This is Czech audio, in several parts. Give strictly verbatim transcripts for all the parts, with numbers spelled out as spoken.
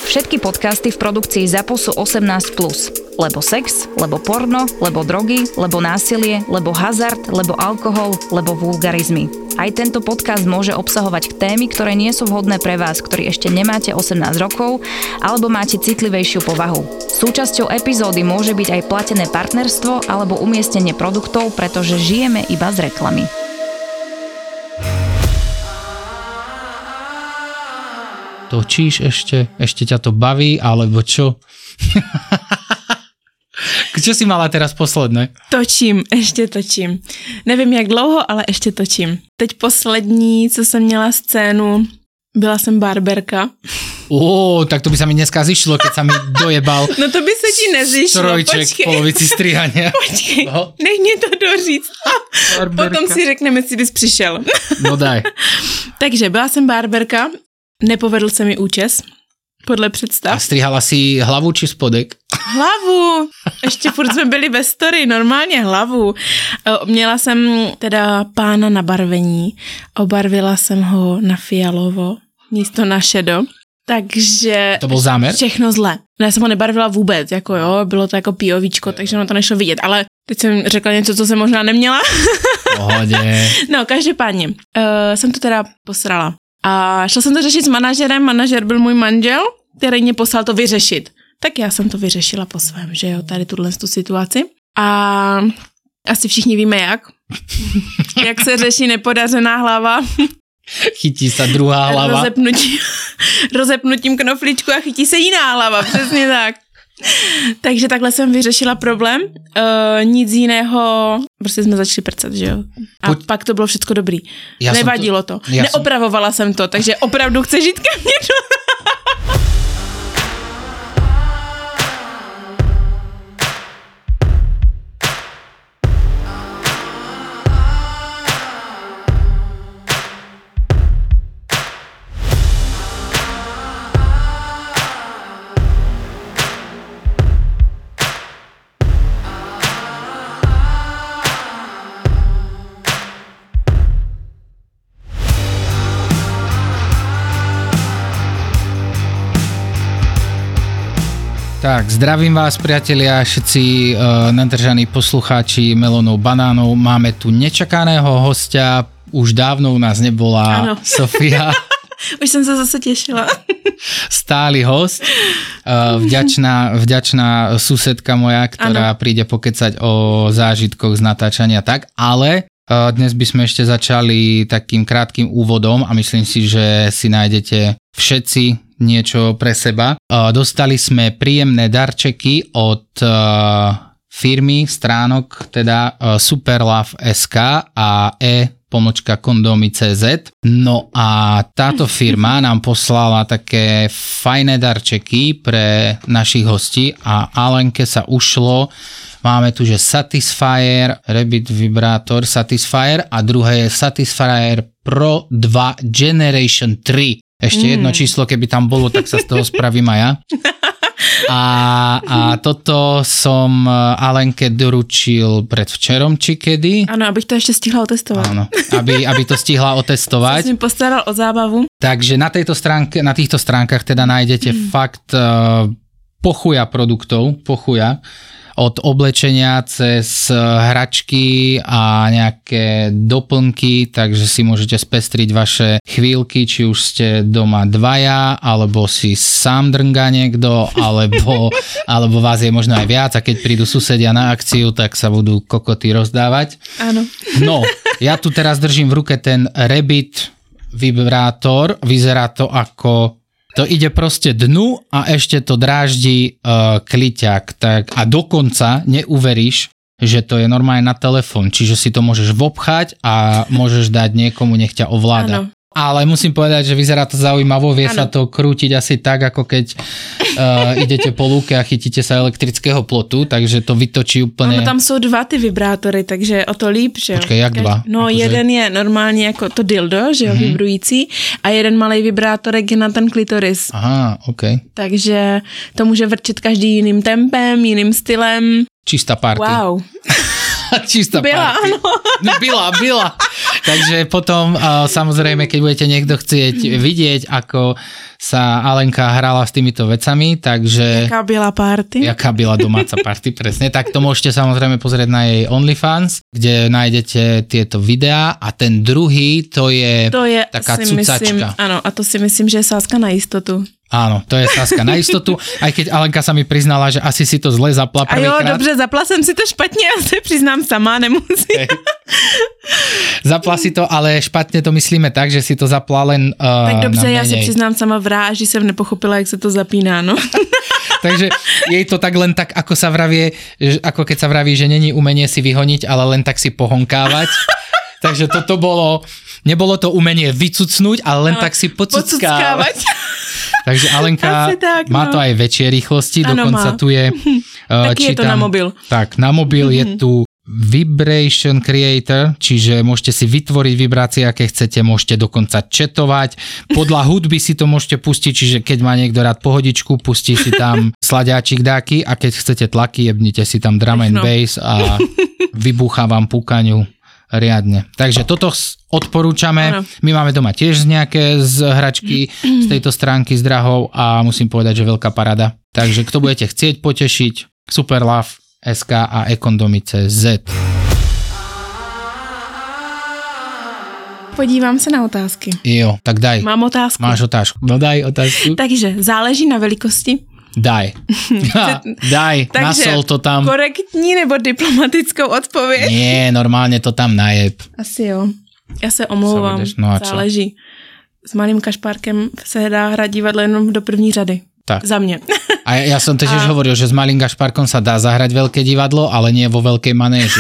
Všetky podcasty v produkcii ZAPO sú osemnásť plus. Lebo sex, lebo porno, lebo drogy, lebo násilie, lebo hazard, lebo alkohol, lebo vulgarizmy. Aj tento podcast môže obsahovať témy, ktoré nie sú vhodné pre vás, ktorí ešte nemáte osemnásť rokov alebo máte citlivejšiu povahu. Súčasťou epizódy môže byť aj platené partnerstvo alebo umiestnenie produktov, pretože žijeme iba z reklamy. Točíš ešte? Ešte ťa to baví? Alebo čo? Čo si mala teraz posledné? Točím, ještě točím. Nevím jak dlouho, ale ještě točím. Teď poslední, co jsem měla scénu, byla jsem barberka. Ó, tak to by sa mi dneska zišlo, keď sa mi dojebal. No to by se ti nezišlo, strojček v polovici strihania. Počkej, no. Nech mě to doříct. Potom si řekneme, jestli bys přišel. No daj. Takže byla jsem barberka, nepovedl se mi účes, podle představ. A strihala si hlavu či spodek? Hlavu. Ještě furt jsme byli ve story, normálně hlavu. Měla jsem teda pána na barvení, obarvila jsem ho na fialovo, místo na šedo. Takže... To byl záměr? Všechno zle. No, já jsem ho nebarvila vůbec, jako jo, bylo to jako píovíčko, takže ono to nešlo vidět, ale teď jsem řekla něco, co jsem možná neměla. Pohodě. No, každopádně, uh, jsem to teda posrala. A šla jsem to řešit s manažerem, manažer byl můj manžel, který mě poslal to vyřešit. Tak já jsem to vyřešila po svém, že jo, tady tuhle tu situaci. A asi všichni víme jak. Jak se řeší nepodařená hlava. Chytí se druhá hlava. Rozepnutím, rozepnutím knoflíčku a chytí se jiná hlava, přesně tak. Takže takhle jsem vyřešila problém, uh, nic jiného, prostě jsme začali prcat, že jo. A Pojď. Pak to bylo všechno dobrý. Já Nevadilo to, to. Neopravovala jsem... jsem to, takže opravdu chceš jít ke mně do... Tak, zdravím vás, priatelia, všetci uh, nadržaní poslucháči Melónov banánov. Máme tu nečakaného hostia, už dávno u nás nebola. Ano. Sofia. Už jsem se zase těšila. Stály host, uh, vďačná, vďačná susedka moja, ktorá ano. príde pokecať o zážitkoch z natáčania tak, ale uh, dnes by sme ešte začali takým krátkým úvodom a myslím si, že si nájdete všetci niečo pre seba. Dostali sme príjemné darčeky od firmy, stránok, teda Superlove bodka es ká a e pomočka kondomy bodka cé zet. No a táto firma nám poslala také fajné darčeky pre našich hostí a Alenke sa ušlo. Máme tu, že Satisfyer, Rabbit vibrátor Satisfyer a druhé je Satisfyer Pro dva Generation tri. Ešte mm. jedno číslo, keby tam bolo, tak sa z toho spravím aj ja. A, a toto som Alenke doručil predvčerom, či kedy. Áno, abych to ešte stihla otestovať. Áno, aby, aby to stihla otestovať. Som si postaral o zábavu. Takže na, tejto stránke, na týchto stránkach teda nájdete mm. fakt uh, pochuja produktov, pochuja. Od oblečenia cez hračky a nejaké doplnky, takže si môžete spestriť vaše chvíľky, či už ste doma dvaja, alebo si sám drnga niekto, alebo, alebo vás je možno aj viac a keď prídu susedia na akciu, tak sa budú kokoty rozdávať. Áno. No, ja tu teraz držím v ruke ten Rabbit vibrátor, vyzerá to ako... To ide proste dnu a ešte to dráždi uh, kliťak. Tak, a dokonca neuveríš, že to je normálne na telefón. Čiže si to môžeš vopchať a môžeš dať niekomu, nech ťa ovláda. Áno. Ale musím povedať, že vyzerá to zaujímavo, vie ano. Sa to krútiť asi tak, ako keď uh, idete po lúke a chytíte sa elektrického plotu, takže to vytočí úplne... Ano, tam jsou dva ty vibrátory, takže o to líp, že jo. Počkej, jak dva? No, jako jeden že... je normálně jako to dildo, že jo, mm-hmm. vibrující, a jeden malej vibrátorek je na ten klitoris. Aha, ok. Takže to může vrčet každý jiným tempem, jiným stylem. Čistá party. Wow. Čistá Byla, party. áno. Byla, byla. Takže potom uh, samozrejme, keď budete niekto chcieť vidieť, ako sa Alenka hrala s týmito vecami, takže... Jaká byla party. Jaká byla domáca party, presne. Tak to môžete samozrejme pozrieť na jej OnlyFans, kde nájdete tieto videá a ten druhý, to je, to je taká si cucačka. Myslím, ano, a to si myslím, že je sázka na jistotu. Áno, to je sázka na istotu, aj keď Alenka sa mi priznala, že asi si to zle zapla A jo, prvýkrát. dobře, zapla jsem si to špatně, já se přiznám sama, nemusím. Hey. Zapla si to, ale špatne to myslíme tak, že si to zapla len uh, Tak dobře, na já se menej. přiznám sama v ráži, jsem nepochopila, jak se to zapíná, no. Takže jej to tak len tak, ako sa vravie, že- ako keď sa vraví, že není umenie si vyhoniť, ale len tak si pohonkávať. Takže toto bolo, nebolo to umenie vycucnúť, ale len Ale tak si pocuckávať. Takže Alenka tak, má no. to aj väčšie rýchlosti, Ano, dokonca má. tu je... Uh, Taky je to na mobil. Tak, na mobil mm-hmm. je tu Vibration Creator, čiže môžete si vytvoriť vibrácie, aké chcete, môžete dokonca četovať. Podľa hudby si to môžete pustiť, čiže keď má niekto rád pohodičku, pustí si tam sladáčik dáky a keď chcete tlaky, jebnite si tam drum and bass a vybúcha vám púkaňu riadne. Takže toto odporúčame. Ano. My máme doma tiež nejaké z hračky z tejto stránky s drahou a musím povedať, že veľká parada. Takže kto budete chcieť potešiť, Superlove bodka es ká a ekondomy bodka cé zet. Podívám se na otázky. Jo, tak daj. Mám otázku. Máš otázku. No daj otázku. Takže záleží na velikosti. Daj. Ha, daj, Takže nasol to tam. korektní nebo diplomatickou odpověď? Nie, normálne to tam najeb. Asi jo. Já se omlouvám. budeš- no a čo? Záleží. S malým kašpárkem se dá hrát divadlo jenom do první řady. Tak. Za mě. A ja, ja som tiež A- hovoril, že s malým gašparkom sa dá zahrať veľké divadlo, ale nie vo veľkej manéži.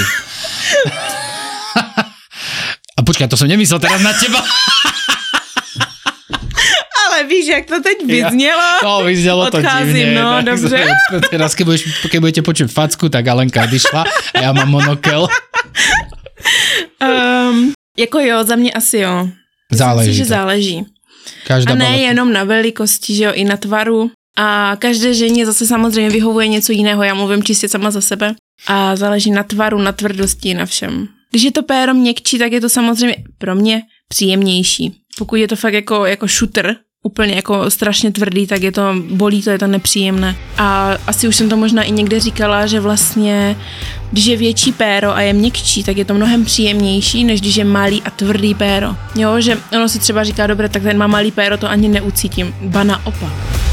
A počkaj, to som nemyslel teraz na teba. Ale víš, jak to teď vyznělo? No, vyznelo to Odcházím, divne. no, tak dobře. Teraz, keď, budeš, keď budete počuť facku, tak Alenka vyšla a ja mám monokel. Um, jako jo, za mě asi jo. Záleží Myslím si, že to. záleží. Každá A ne bala- jenom na velikosti, že jo, i na tvaru. A každé ženě zase samozřejmě vyhovuje něco jiného, já mluvím čistě sama za sebe. A záleží na tvaru, na tvrdosti, na všem. Když je to péro měkčí, tak je to samozřejmě pro mě příjemnější. Pokud je to fakt jako, jako šutr, úplně jako strašně tvrdý, tak je to, bolí to, je to nepříjemné. A asi už jsem to možná i někde říkala, že vlastně, když je větší péro a je měkčí, tak je to mnohem příjemnější, než když je malý a tvrdý péro. Jo, že ono si třeba říká, dobré, tak ten má malý péro, to ani neucítím. Ba naopak.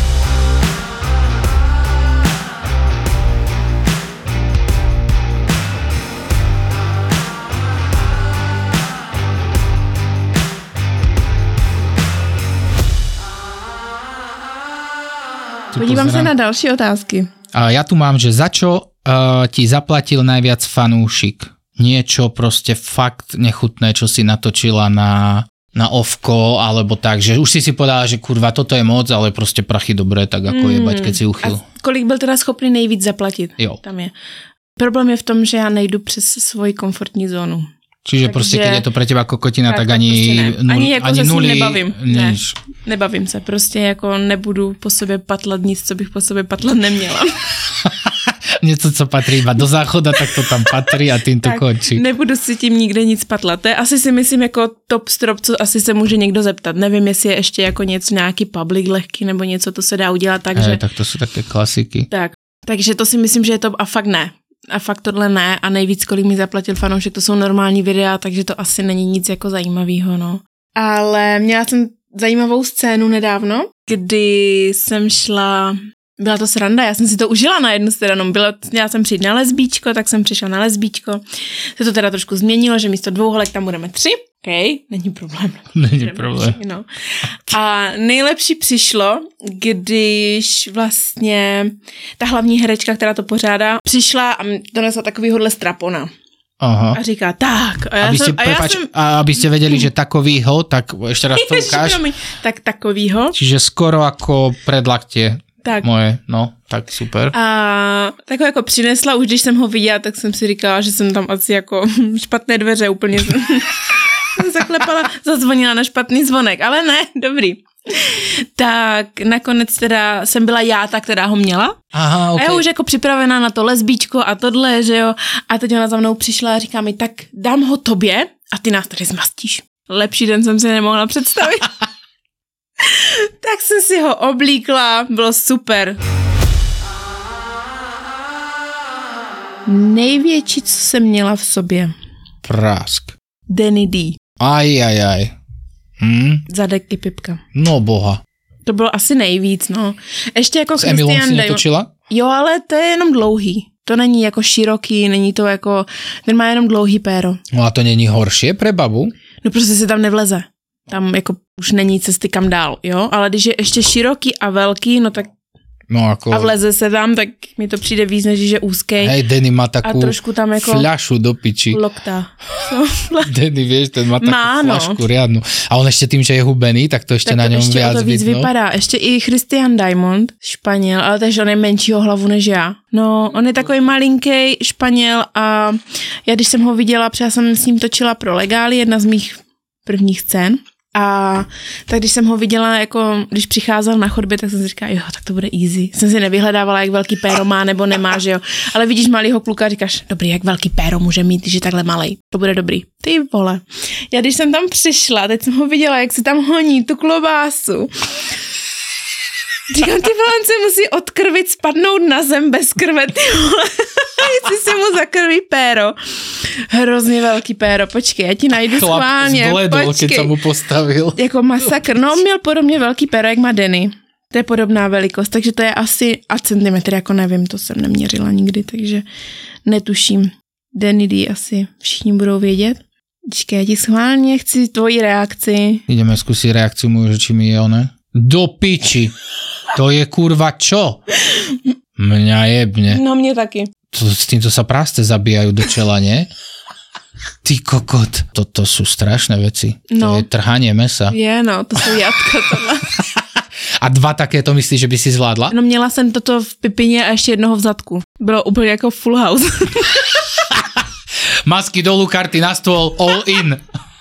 Podívám se na další otázky. A ja tu mám, že za čo uh, ti zaplatil najviac fanúšik? Niečo proste fakt nechutné, čo si natočila na, na ovko, alebo tak, že už si si povedala, že kurva, toto je moc, ale proste prachy dobré, tak ako mm. jebať, keď si uchyl. A kolik byl teda schopný nejvíc zaplatit? Jo. Tam je. Problém je v tom, že já nejdu přes svoji komfortní zónu. Čiže Takže- proste, keď je to pre teba kokotina, tak, Tak, tak ani, prostě ne. nul, Ani jako ani se s ním nuly, nebavím. Ne. nič. Nebavím se, prostě jako nebudu po sobě patlat nic, co bych po sobě patlat neměla. Něco, co patrí iba do záchoda, tak to tam patrí a tým to Tak končí. nebudu si tím nikde nic patlat. To je asi si myslím jako top strop, co asi se může někdo zeptat. Nevím, jestli je ještě jako něco, nějaký public lehký nebo něco, to se dá udělat tak, Hej, že... tak to sú také klasiky. Tak, takže to si myslím, že je to a fakt ne. A fakt tohle ne a nejvíc, kolik mi zaplatil fanoušek, to jsou normální videa, takže to asi není nic jako zajímavého, no. Ale měla jsem zajímavou scénu nedávno, kdy jsem šla, byla to sranda, já jsem si to užila na jednu stranu, byla, měla jsem přijít na lesbíčko, tak jsem přišla na lesbíčko, se to teda trošku změnilo, že místo dvou holek tam budeme tři, OK, není problém. Není problém. No. A nejlepší přišlo, když vlastně ta hlavní herečka, která to pořádá, přišla a donesla takovýhodle strapona. Aha. A říká, tak. A já Aby ste, jsem, a já prepáč, jsem, a aby ste vedeli, že takovýho, tak ešte raz to Ježiš, ukáž. promiň. Tak takovýho. Čiže skoro ako predlaktie Tak. moje, no, tak super. A tak ho jako přinesla, už když jsem ho viděla, tak jsem si říkala, že jsem tam asi jako špatné dveře úplně. jsem zaklepala, zazvonila na špatný zvonek, ale ne, dobrý. Tak nakonec teda jsem byla já ta, která ho měla. Aha, okay. A já už jako připravená na to lesbíčko a tohle, že jo. A teď ona za mnou přišla a říká mi, tak dám ho tobě a ty nás tady zmastíš. Lepší den jsem si nemohla představit. Tak jsem si ho oblíkla, bylo super. Největší, co jsem měla v sobě. Prásk. Danny D. Aj, aj, aj. Hm? Zadek i pipka. No boha. To bylo asi nejvíc, no. Ještě jako s Emilom si netočila? Jo, ale to je jenom dlouhý. To není jako široký, není to jako, ten má jenom dlouhý péro. No a to není horšie pre babu? No prostě se tam nevleze. Tam jako už není cesty kam dál, jo? Ale když je ještě široký a velký, no tak no ako... a vleze se tam, tak mi to přijde víc, než že úzkej. Hej, Danny má takú tam jako fľašu do piči. Lokta. Danny, vieš, ten má takú má, fľašku no. riadnu. A on ešte tým, že je hubený, tak to ešte tak na ňom ještě viac to víc vidno. vypadá. Ještě i Christian Diamond, Španěl, ale takže on je menšího hlavu než já. No, on je takový malinký Španěl a já když jsem ho viděla, protože já jsem s ním točila pro Legály, jedna z mých prvních scén. A tak když jsem ho viděla, jako když přicházel na chodbě, tak jsem si říkala, jo, tak to bude easy. Jsem si nevyhledávala, jak velký péro má nebo nemá, že jo. Ale vidíš malýho kluka a říkáš, dobrý, jak velký péro může mít, když je takhle malej. To bude dobrý. Ty vole. Já když jsem tam přišla, teď jsem ho viděla, jak si tam honí tu klobásu. Říkám, ty vole, on se musí od krvi spadnout na zem bez krve, ty vole. Jestli si mu zakrví péro. Hrozně velký péro, počkej, já ti najdu Chlap schválně, zbledol, počkej. keď sa mu postavil. Jako masakr, no měl podobně velký péro, jak má Danny. To je podobná velikost, takže to je asi a centimetr, jako nevím, to jsem neměřila nikdy, takže netuším. Danny D asi všichni budou vědět. Počkej, já ti schválně chci tvoji reakci. Ideme skúsiť reakciu moju, že či mi je one. Do piči. To je kurva čo? Mňa jebne. No mě taky. To, s týmto sa prásce zabíjajú do čela, nie? Ty kokot. Toto sú strašné veci. No. To je trhanie mesa. Je, no, to jsou jatka tohle. A dva takéto myslíš, že by si zvládla? No měla jsem toto v pipině a ještě jednoho v zadku. Bylo úplně jako full house. Masky dolu, karty na stôl, all in.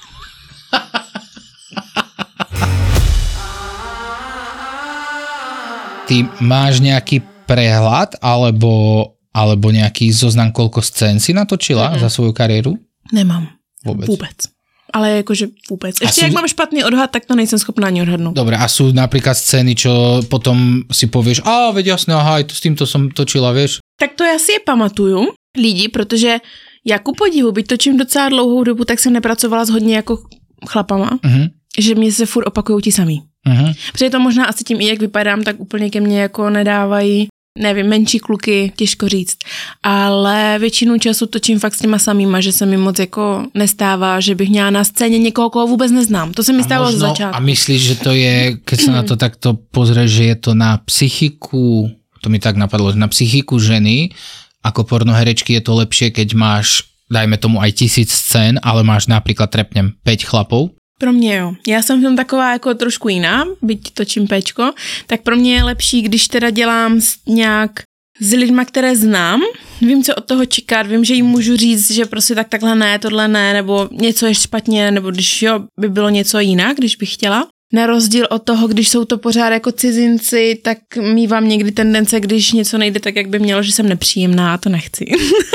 Ty máš nejaký prehľad alebo, alebo nejaký zoznam, koľko scén si natočila mm-hmm. za svoju kariéru? Nemám. Vôbec. Vůbec. Ale jakože vůbec. Ještě sú... jak mám špatný odhad, tak to nejsem schopná ani odhadnout. Dobre, a sú napríklad scény, čo potom si povieš, a veď jasné, aha, aj to, s týmto som točila, vieš? Tak to já si je pamatuju, lidi, protože já ku podivu, byť točím docela dlouhou dobu, tak jsem nepracovala s hodně jako chlapama, uh-huh. že mě se furt opakujou ti samý. Uh-huh. Protože to možná asi tím i jak vypadám, tak úplně ke mně jako nedávají, nevím, menší kluky, těžko říct. Ale většinu času točím fakt s těma samýma, že se mi moc jako nestává, že bych měla na scéně někoho, koho vůbec neznám. To se mi stalo z začátku. A myslíš, že to je, keď sa na to takto pozrieš, že je to na psychiku, to mi tak napadlo, na psychiku ženy, ako pornoherečky je to lepšie, keď máš, dajme tomu aj tisíc scén, ale máš napríklad, trepnem, päť chlapov? Pro mě jo. Já jsem v tom taková jako trošku jiná, byť točím péčko, tak pro mě je lepší, když teda dělám nějak s lidma, které znám, vím, co od toho čekat, vím, že jim můžu říct, že prostě tak takhle ne, tohle ne, nebo něco je špatně, nebo když jo, by bylo něco jinak, když bych chtěla. Na rozdíl od toho, když jsou to pořád jako cizinci, tak mívám někdy tendence, když něco nejde tak, jak by mělo, že jsem nepříjemná, to nechci.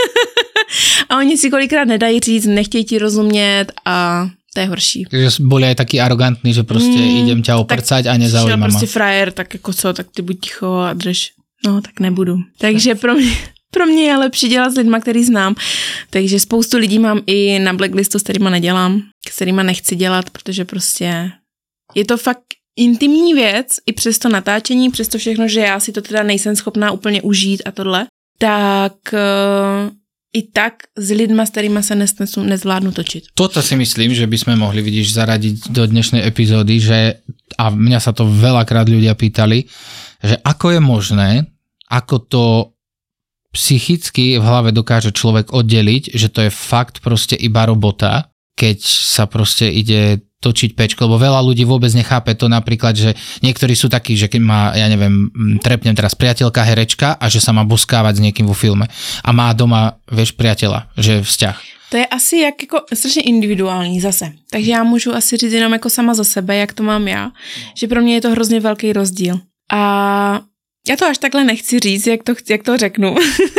A oni si kolikrát nedají říct, nechtějí ti rozumět a to je horší. Takže boli aj taký arogantní, že prostě mm, idem ťa oprcať a nezaujíma ma. prostě frajer, tak jako co, tak ty buď ticho a drž. No, tak nebudu. Takže pro mě, pro mě je lepší dělat s lidma, který znám. Takže spoustu lidí mám i na blacklistu, s kterýma nedělám, s kterýma nechci dělat, protože prostě je to fakt intimní věc, i přes to natáčení, přes to všechno, že já si to teda nejsem schopná úplně užít a tohle, tak uh, i tak s lidma, s ktorýma sa nesnesú, nezvládnu točiť. Toto si myslím, že by sme mohli, vidíš, zaradiť do dnešnej epizódy, že, a mňa sa to veľakrát ľudia pýtali, že ako je možné, ako to psychicky v hlave dokáže človek oddeliť, že to je fakt proste iba robota, keď sa proste ide točiť péčko, lebo veľa ľudí vôbec nechápe to napríklad, že niektorí sú takí, že keď má, ja neviem, trepnem teraz priateľka herečka a že sa má boskávať s niekým vo filme a má doma, vieš, priateľa, že vzťah. To je asi jak jako strašně individuální zase. Takže já můžu asi říct jenom jako sama za sebe, jak to mám já. Že pro mě je to hrozně velký rozdíl. A já to až takhle nechci říct, jak to, jak to řeknu.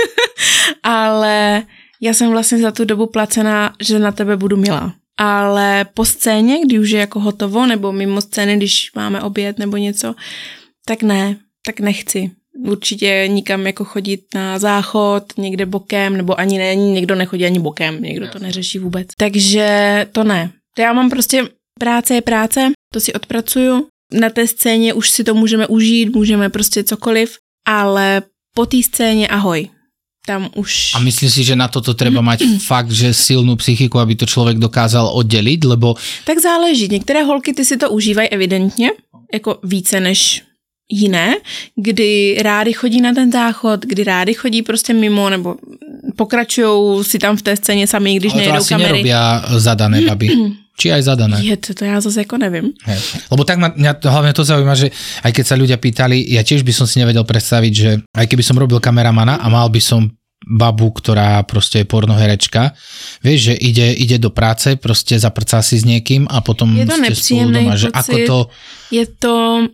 Ale já jsem vlastně za tu dobu placená, že na tebe budu milá. Ale po scéně, kdy už je jako hotovo, nebo mimo scény, když máme oběd nebo něco, tak ne, tak nechci. Určitě nikam jako chodit na záchod, někde bokem, nebo ani ne, někdo nechodí ani bokem, někdo to neřeší vůbec. Takže to ne. Já mám prostě, práce je práce, to si odpracuju. Na té scéně už si to můžeme užít, můžeme prostě cokoliv, ale po té scéně ahoj. Tam už... A myslíš si, že na toto treba mať fakt, že silnú psychiku, aby to člověk dokázal oddělit, lebo... Tak záleží. Některé holky ty si to užívají evidentně, jako více než jiné, kdy rády chodí na ten záchod, kdy rády chodí prostě mimo, nebo pokračujou si tam v té scéně sami, když nejedou kamery. Ale to asi nerobia zadané baby. Či aj zadané? Je, to, to ja zase ako neviem. Hej. Lebo tak ma, mňa hlavne to zaujíma, že aj keď sa ľudia pýtali, ja tiež by som si nevedel predstaviť, že aj keby som robil kameramana a mal by som babu, ktorá proste je pornoherečka, vieš, že ide, ide do práce, proste zaprcá si s niekým a potom ste spolu doma. Že ako to... Je to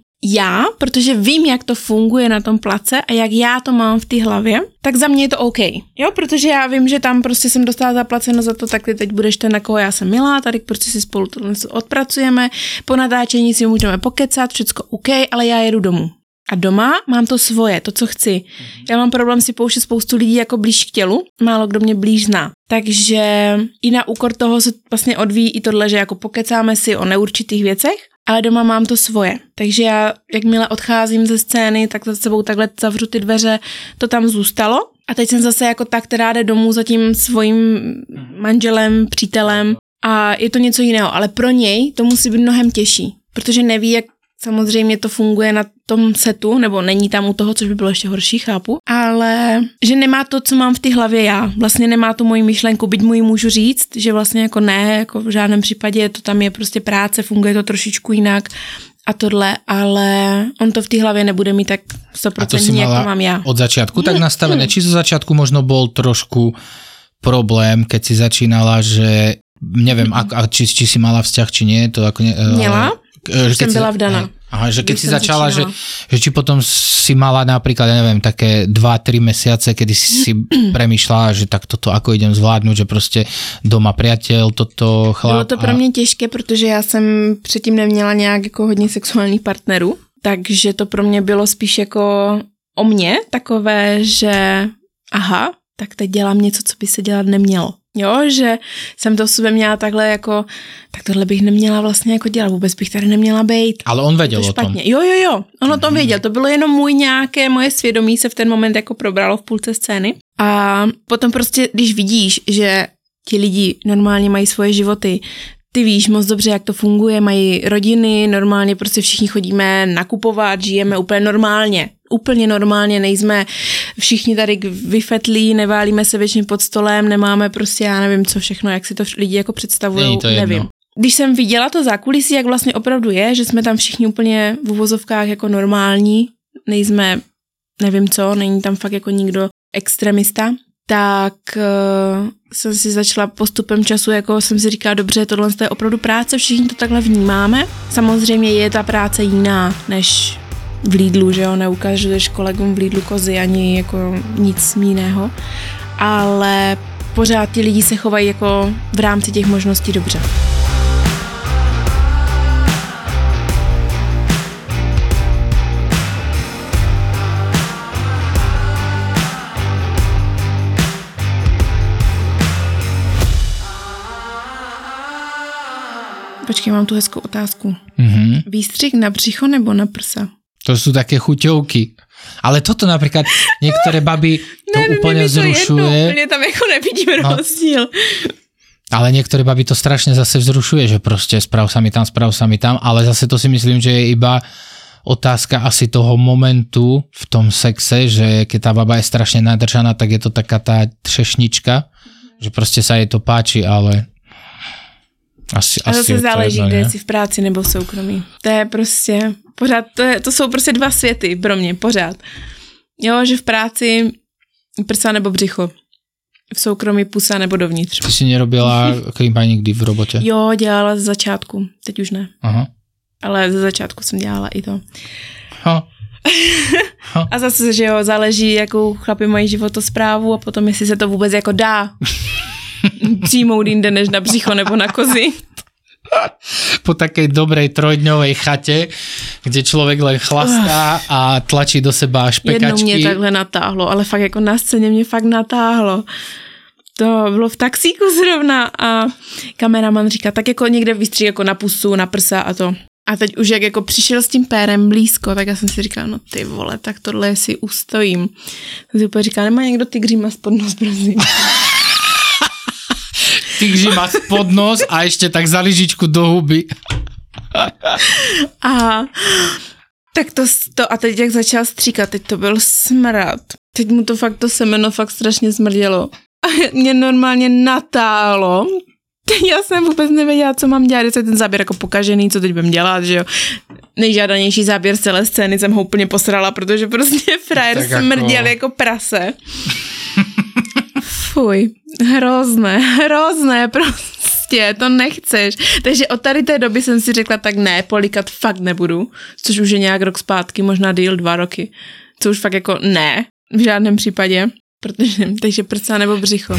já, protože vím, jak to funguje na tom place a jak já to mám v té hlavě, tak za mě je to OK. Jo, protože já vím, že tam prostě jsem dostala zaplaceno za to, tak ty teď budeš ten, na koho já jsem milá, tady prostě si spolu to odpracujeme, po natáčení si můžeme pokecat, všecko OK, ale já jedu domů. A doma mám to svoje, to, co chci. Já mám problém si pouštět spoustu lidí jako blíž k tělu, málo kdo mě blíž zná. Takže i na úkor toho se vlastně odvíjí i tohle, že jako pokecáme si o neurčitých věcech, ale doma mám to svoje. Takže já, jakmile odcházím ze scény, tak za sebou takhle zavřu ty dveře, to tam zůstalo. A teď jsem zase jako ta, která jde domů za tím svým manželem, přítelem a je to něco jiného. Ale pro něj to musí být mnohem těžší, protože neví, jak samozřejmě to funguje na tom setu, nebo není tam u toho, což by bylo ještě horší, chápu, ale že nemá to, co mám v té hlavě já. Vlastně nemá tu moji myšlenku, byť mu ji můžu říct, že vlastně jako ne, jako v žádném případě, to tam je prostě práce, funguje to trošičku jinak a tohle, ale on to v té hlavě nebude mít tak sto procent, jako mám já. Od začiatku tak nastavené, či zo začiatku možno bol trošku problém, keď si začínala, že neviem, a, a či, či si mala vzťah, či nie, to ako... Ne, Měla? Že jsem byla vdaná. Aha, že keď si začala, že, že či potom si mala napríklad, ja neviem, také dva tri mesiace, kedy si si premýšľala, že tak toto ako idem zvládnuť, že prostě doma priateľ, toto chlap. Bylo to pro mě těžké, protože já jsem předtím neměla nějak jako hodně sexuálních partnerů, takže to pro mě bylo spíš jako o mně takové, že aha, tak teď dělám něco, co by se dělat nemělo. Jo, že jsem to v sobě měla takhle jako, tak tohle bych neměla vlastně jako dělat, vůbec bych tady neměla bejt. Ale on věděl o tom. Jo, jo, jo, on o tom věděl, to bylo jenom můj nějaké, moje svědomí se v ten moment jako probralo v půlce scény a potom prostě, když vidíš, že ti lidi normálně mají svoje životy, ty víš moc dobře, jak to funguje, mají rodiny, normálně prostě všichni chodíme nakupovat, žijeme úplně normálně. Úplně normálně, nejsme všichni tady vyfetlí, neválíme se většině pod stolem, nemáme prostě, já nevím co všechno, jak si to lidi jako představují, nevím. Když jsem viděla to zákulisí, jak vlastně opravdu je, že jsme tam všichni úplně v uvozovkách jako normální, nejsme, nevím co, není tam fakt jako nikdo extremista, tak uh, jsem si začala postupem času, jako jsem si říkala, dobře, tohle je opravdu práce, všichni to takhle vnímáme. Samozřejmě je ta práce jiná, než v Lidlu, že jo, neukážeš kolegům v Lidlu kozy ani jako nic jiného, ale pořád ti lidi se chovají jako v rámci těch možností dobře. Počkej, mám tu hezkou otázku. Mm-hmm. Výstřih na břicho nebo na prsa? To sú také chuťovky. Ale toto napríklad niektoré baby to ne, úplne zrušuje. Ne, tam jako nevidím no. rozdíl. Ale niektoré baby to strašne zase vzrušuje, že proste sprav sa mi tam, sprav sa mi tam, ale zase to si myslím, že je iba otázka asi toho momentu v tom sexe, že keď tá baba je strašne nadržaná, tak je to taká tá třešnička, že proste sa jej to páči, ale asi, a zase asi záleží, jedno, kde jsi v práci nebo v soukromí. To je prostě pořád, to, je, to jsou prostě dva světy pro mě, pořád. Jo, že v práci prsa nebo břicho. v soukromí pusa nebo dovnitř. Ty si nerobila cream nikdy v robotě? Jo, dělala ze začátku, teď už ne. Aha. Ale ze začátku jsem dělala i to. Ha. Ha. A zase, že jo, záleží, jakou chlapi mají životosprávu a potom, jestli se to vůbec jako dá přijmout jinde, než na břicho nebo na kozy. Po takej dobrej trojdňovej chate, kde člověk len chlastá a tlačí do seba špekačky. Jednou mě takhle natáhlo, ale fakt jako na scéně mě fakt natáhlo. To bylo v taxíku zrovna a kameraman říká, tak jako někde vystřík jako na pusu, na prsa a to. A teď už jak jako přišel s tím pérem blízko, tak já jsem si říkala, no ty vole, tak tohle si ustojím. Tak si úplně říká, nemá někdo tygří mas pod nos, prosím. Tygří mas pod nos a ještě tak za lyžičku do huby. A tak to, to a teď jak začal stříkat, teď to byl smrad. Teď mu to fakt, to semeno fakt strašně smrdělo. A mě normálně natálo. Já jsem vůbec nevěděla, co mám dělat, jestli ten záběr jako pokažený, co teď budem dělat, že jo. Nejžádanější záběr z celé scény jsem ho úplně posrala, protože prostě frajer smrděl jako... jako prase. Fuj, hrozné, hrozné prostě, to nechceš. Takže od tady té doby jsem si řekla, tak ne, polikat fakt nebudu, což už je nějak rok zpátky, možná díl, dva roky, co už fakt jako ne, v žádném případě, protože, takže prsa nebo břicho.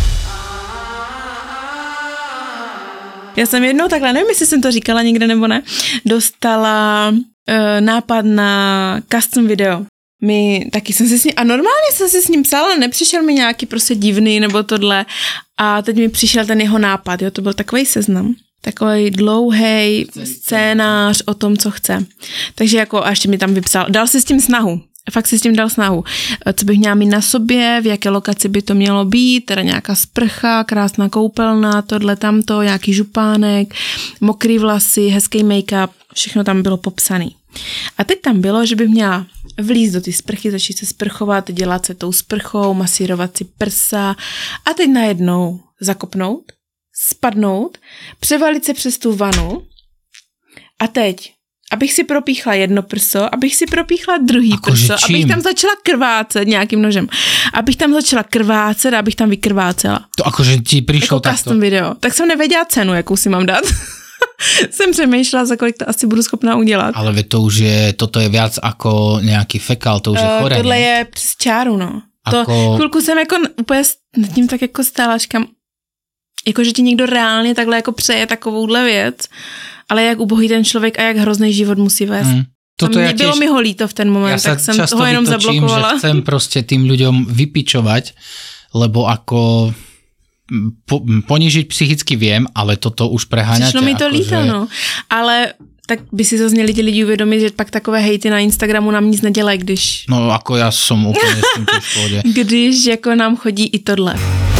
Já jsem jednou takhle, nevím, jestli jsem to říkala někde nebo ne, dostala uh, nápad na custom video. My, taky jsem si s ním, a normálně jsem si s ním psala, nepřišel mi nějaký prostě divný nebo tohle a teď mi přišel ten jeho nápad, jo, to byl takovej seznam, takovej dlouhej scénář o tom, co chce. Takže jako, a ještě mi tam vypsal, dal si s tím snahu. Fakt si s tím dal snahu. Co bych měla mít na sobě, v jaké lokaci by to mělo být, teda nějaká sprcha, krásná koupelna, tohle tamto, nějaký župánek, mokrý vlasy, hezký make-up, všechno tam bylo popsané. A teď tam bylo, že bych měla vlízt do ty sprchy, začít se sprchovat, dělat se tou sprchou, masírovat si prsa a teď najednou zakopnout, spadnout, převalit se přes tu vanu a teď abych si propíchla jedno prso, abych si propíchla druhý Ako prso, abych tam začala krvácet nějakým nožem. Abych tam začala krvácet a abych tam vykrvácela. To akože ti přišlo jako takto. Custom video. Tak jsem nevěděla cenu, jakou si mám dát. Jsem přemýšlela, za kolik to asi budu schopná udělat. Ale to už je, toto je viac ako nějaký fekal, to už je chore. Uh, tohle je přes čáru, no. Ako... To chvilku jsem jako úplně nad tím tak jako stála, říkám, jako že ti někdo reálně takhle jako přeje takovouhle věc, ale jak ubohý ten člověk a jak hrozný život musí vést. Mm. Toto ja bylo tiež, mi ho líto v ten moment, ja tak jsem toho jenom vytočím, zablokovala. Že chcem proste tým ľuďom vypičovať, lebo ako po, ponižiť psychicky viem, ale toto už preháňate. Přišlo mi to ako, líto, že... no. Ale tak by si zase měli ti lidi uvědomit, že pak takové hejty na Instagramu nám nic nedělají, když... No ako ja som úplne s tým tiež v pohode. Když jako nám chodí i tohle.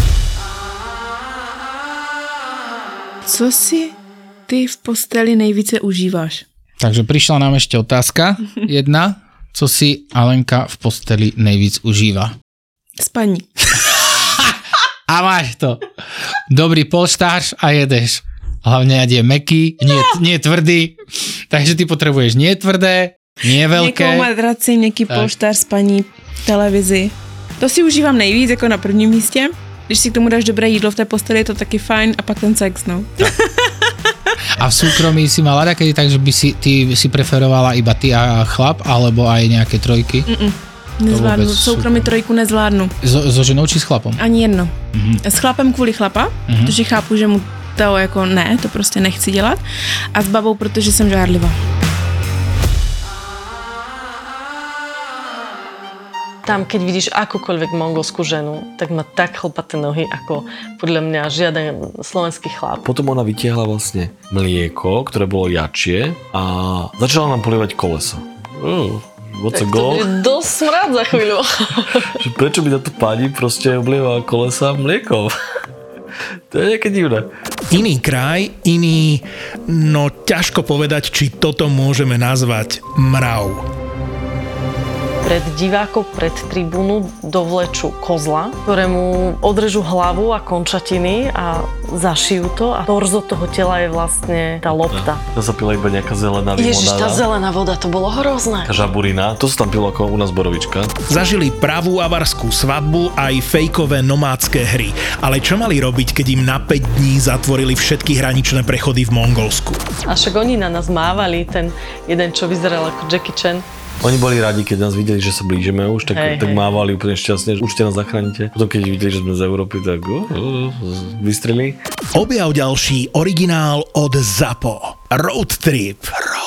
Co si ty v posteli nejvíce užíváš? Takže prišla nám ešte otázka jedna. Co si Alenka v posteli nejvíc užíva? Spaní. A máš to. Dobrý polštář a jedeš. Hlavne ať je mäkký, nie, nie tvrdý. Takže ty potrebuješ nie tvrdé, nie veľké. Měkkou madraci, měkký polštář, spaní, televizi. To si užívám nejvíc, jako na prvním místě. Když si k tomu dáš dobré jídlo v té posteli, je to taky fajn a pak ten sex, no. A v súkromí si mala takedy tak, že by si, ty si preferovala iba ty a chlap, alebo aj nejaké trojky? Mm-mm. Nezvládnu, v soukromí trojku nezvládnu. So, so ženou či s chlapom? Ani jedno. Mm-hmm. S chlapem kvůli chlapa, mm-hmm. protože chápu, že mu to jako ne, to prostě nechci dělat. A s babou, protože jsem žárlivá. Tam, keď vidíš akúkoľvek mongolskú ženu, tak má tak chlpaté nohy, ako podľa mňa žiaden slovenský chlap. Potom ona vytiahla vlastne mlieko, ktoré bolo jačie a začala nám polievať kolesa. Uh, what's a goal? To bude dosť smrad za chvíľu. Prečo by táto pani proste oblievala kolesa mliekom? To je nejaké divné. Iný kraj, iný, no ťažko povedať, či toto môžeme nazvať mrav. pred divákov, pred tribúnu dovlečú kozla, ktorému odrežú hlavu a končatiny a zašijú to a torzo toho tela je vlastne tá lopta. To sa pila iba nejaká zelená limonáda. Ježiš, tá zelená voda, to bolo hrozné. Žaburina, to sa tam pilo ako u nás borovička. Zažili pravú avarskú svadbu aj fejkové nomádske hry. Ale čo mali robiť, keď im na päť dní zatvorili všetky hraničné prechody v Mongolsku? A však oni na nás mávali, ten jeden, čo vyzeral ako Jackie Chan. Oni boli radi, keď nás videli, že sa blížime už, tak, hej, tak hej. mávali úplne šťastne, že určite nás zachránite. Potom keď videli, že sme z Európy, tak uh, uh, vystrelili. Objav ďalší originál od ZAPO. Road Trip. Road